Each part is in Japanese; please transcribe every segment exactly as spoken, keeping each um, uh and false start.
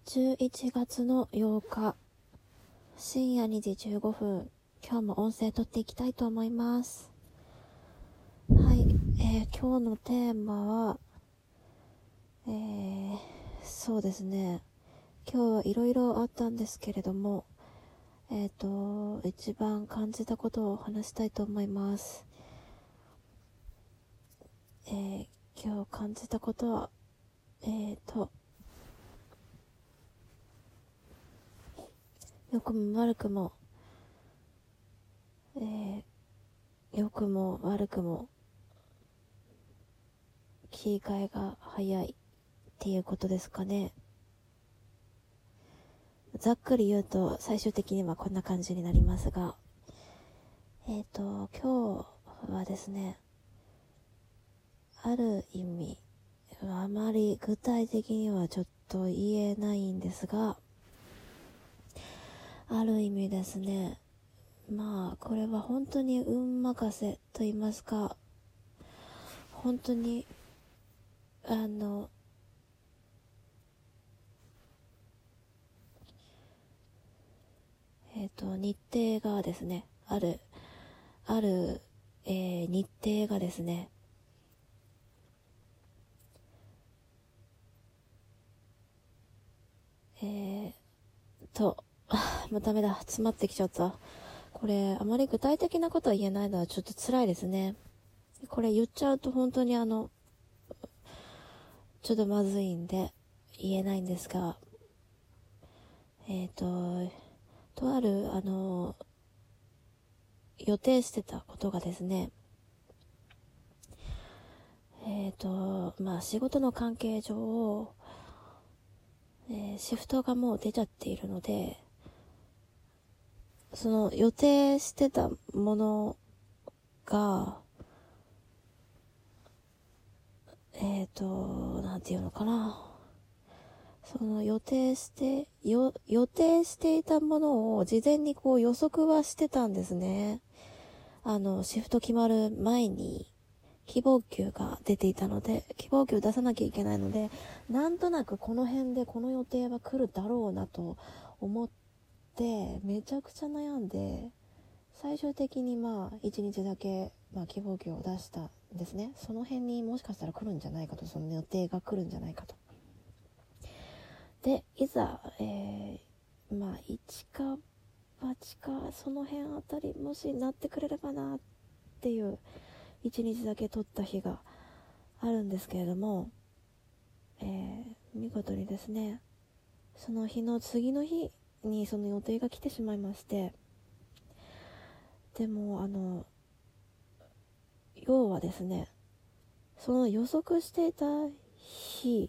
じゅういちがつのようか深夜にじじゅうごふん、今日も音声撮っていきたいと思います。はい、えー、今日のテーマは、えー、そうですね、今日はいろいろあったんですけれども、えっと、一番感じたことを話したいと思います。えー、今日感じたことは、えーと、良くも悪くも、えー、良くも悪くも、切り替えが早いっていうことですかね。ざっくり言うと最終的にはこんな感じになりますが、えっと今日はですね、ある意味あまり具体的にはちょっと言えないんですが、ある意味ですね、まあこれは本当に運任せと言いますか、本当にあのえっと日程がですね、あるある、えー、日程がですね、えーともうダメだ、詰まってきちゃった。これあまり具体的なことは言えないのはちょっと辛いですね。これ言っちゃうと本当にあのちょっとまずいんで言えないんですが、えっととあるあの予定してたことがですね、えっとまあ仕事の関係上、えー、シフトがもう出ちゃっているので、その予定してたものがえっとなんていうのかな、その予定してよ予定していたものを事前にこう予測はしてたんですね。あのシフト決まる前に希望給が出ていたので、希望給出さなきゃいけないので、なんとなくこの辺でこの予定は来るだろうなと思ってめちゃくちゃ悩んで、最終的にまあいちにちだけ、まあ、希望給を出したんですね。その辺にもしかしたら来るんじゃないかと、その予定が来るんじゃないかと。でいざ、えー、まあ一か八かその辺あたりもしなってくれればなっていう一日だけ取った日があるんですけれども、えー、見事にですね、その日の次の日にその予定が来てしまいまして、でもあの要はですね、その予測していた日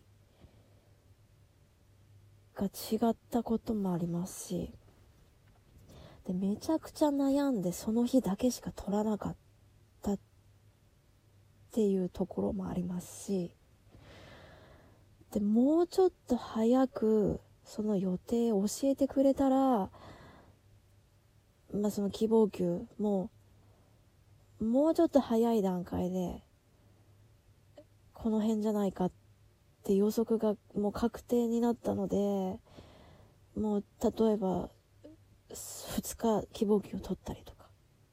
が違ったこともありますし、でめちゃくちゃ悩んでその日だけしか取らなかったっていうところもありますし、でもうちょっと早くその予定を教えてくれたら、まあその希望給ももうちょっと早い段階でこの辺じゃないかって予測がもう確定になったので、もう例えばふつか希望給を取ったりとか、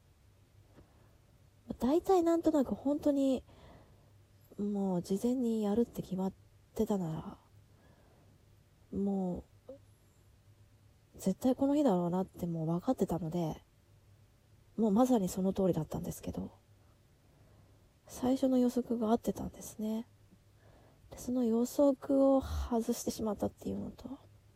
大体なんとなく本当にもう事前にやるって決まってたなら、もう絶対この日だろうなってもう分かってたので、もうまさにその通りだったんですけど、最初の予測が合ってたんですね。でその予測を外してしまったっていうのと、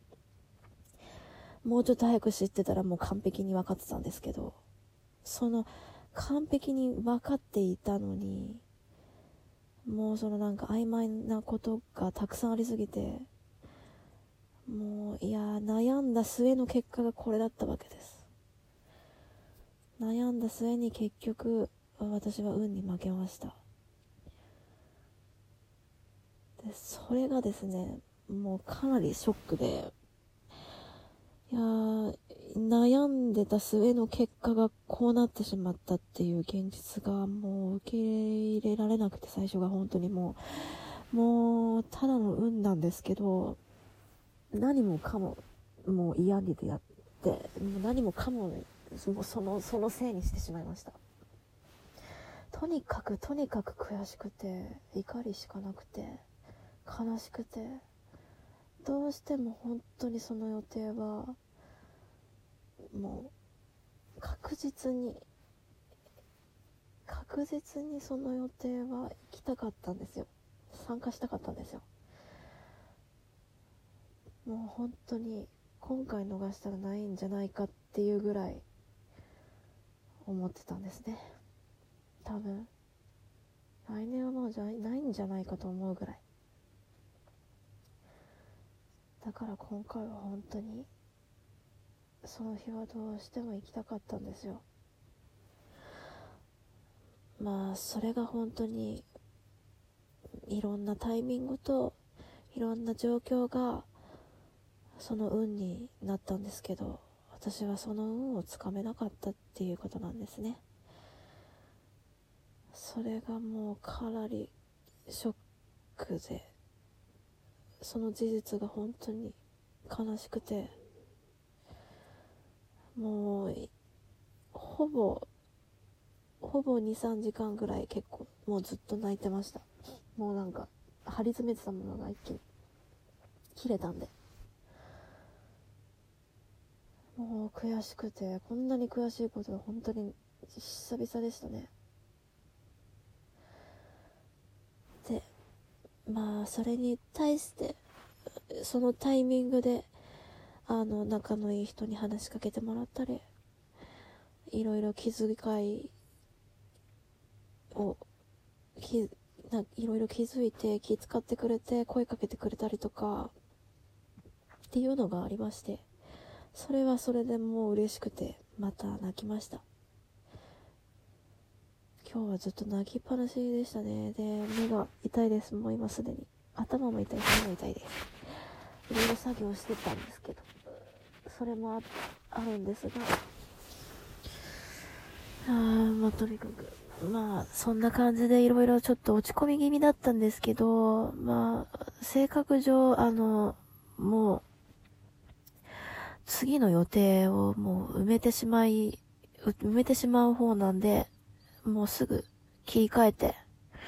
もうちょっと早く知ってたらもう完璧に分かってたんですけど、その完璧に分かっていたのに、もうそのなんか曖昧なことがたくさんありすぎて、もういや悩んだ末の結果がこれだったわけです。悩んだ末に結局私は運に負けました。でそれがですね、もうかなりショックで、いや悩んでた末の結果がこうなってしまったっていう現実がもう受け入れられなくて、最初が本当にもうもうただの運なんですけど、 何もかももう嫌にでやって、もう何もかも、もうそのそのせいにしてしまいました。とにかくとにかく悔しくて、怒りしかなくて、悲しくて、どうしても本当にその予定はもう確実に確実にその予定は行きたかったんですよ。参加したかったんですよ。もう本当に今回逃したらないんじゃないかっていうぐらい思ってたんですね。多分来年はもうじゃないんじゃないかと思うぐらい。だから今回は本当にその日はどうしても行きたかったんですよ。まあそれが本当にいろんなタイミングといろんな状況がその運になったんですけど、私はその運をつかめなかったっていうことなんですね。それがもうかなりショックで、その事実が本当に悲しくて、もうほぼほぼ にさんじかんぐらい結構もうずっと泣いてました。もうなんか張り詰めてたものが一気に切れたんで、もう悔しくて、こんなに悔しいことは本当に久々でしたね。で、まあそれに対してそのタイミングであの仲のいい人に話しかけてもらったり、いろいろ気遣いをきないろいろ気づいて気遣ってくれて声かけてくれたりとかっていうのがありまして、それはそれでもう嬉しくてまた泣きました。今日はずっと泣きっぱなしでしたね。で、目が痛いです。もう今すでに頭も痛いし目も痛いです。いろいろ作業してたんですけど、それも あ, あるんですが、あーまあとにかくまあそんな感じでいろいろちょっと落ち込み気味だったんですけど、まあ性格上あのもう次の予定をもう埋めてしまい埋めてしまう方なんで、もうすぐ切り替えて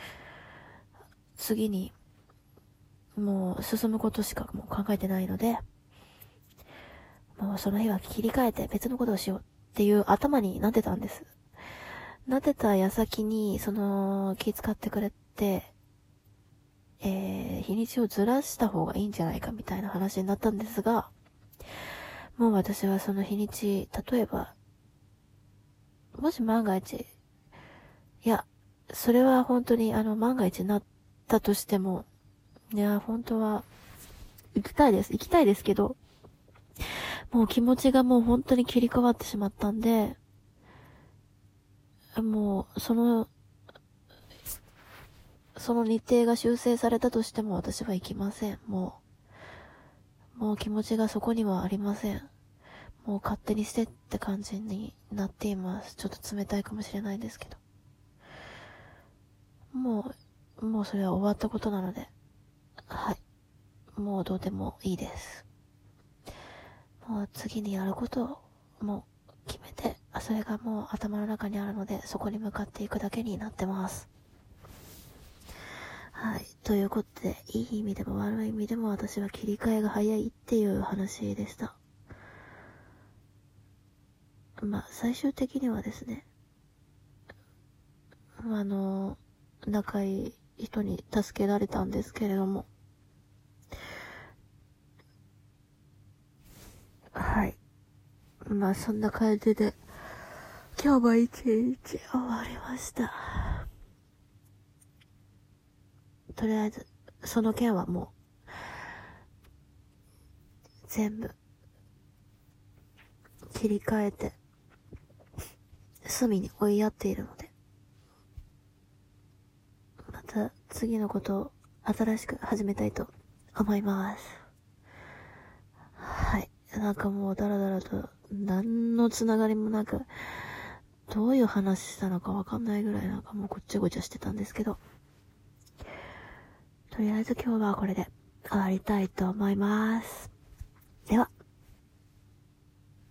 次にもう進むことしかもう考えてないので、もうその日は切り替えて別のことをしようっていう頭になってたんです。なってた矢先にその気遣ってくれて、えー、日にちをずらした方がいいんじゃないかみたいな話になったんですが、もう私はその日にち、例えばもし万が一、いやそれは本当にあの万が一になったとしても、いや本当は行きたいです行きたいですけど、もう気持ちがもう本当に切り替わってしまったんで、もうそのその日程が修正されたとしても私は行きません。もうもう気持ちがそこにはありません。もう勝手にしてって感じになっています。ちょっと冷たいかもしれないですけど、もうもうそれは終わったことなので、はい、もうどうでもいいです。もう次にやることをもう決めて、それがもう頭の中にあるので、そこに向かっていくだけになってます。はい、ということで、いい意味でも悪い意味でも私は切り替えが早いっていう話でした。まあ最終的にはですね、あの仲いい人に助けられたんですけれども、はい、まあそんな感じで今日も一日終わりました。とりあえずその件はもう全部切り替えて隅に追いやっているので、また次のことを新しく始めたいと思います。はい、なんかもうダラダラと何のつながりもなく、どういう話したのかわかんないぐらいなんかもうごっちゃごちゃしてたんですけど、とりあえず今日はこれで終わりたいと思います。 では。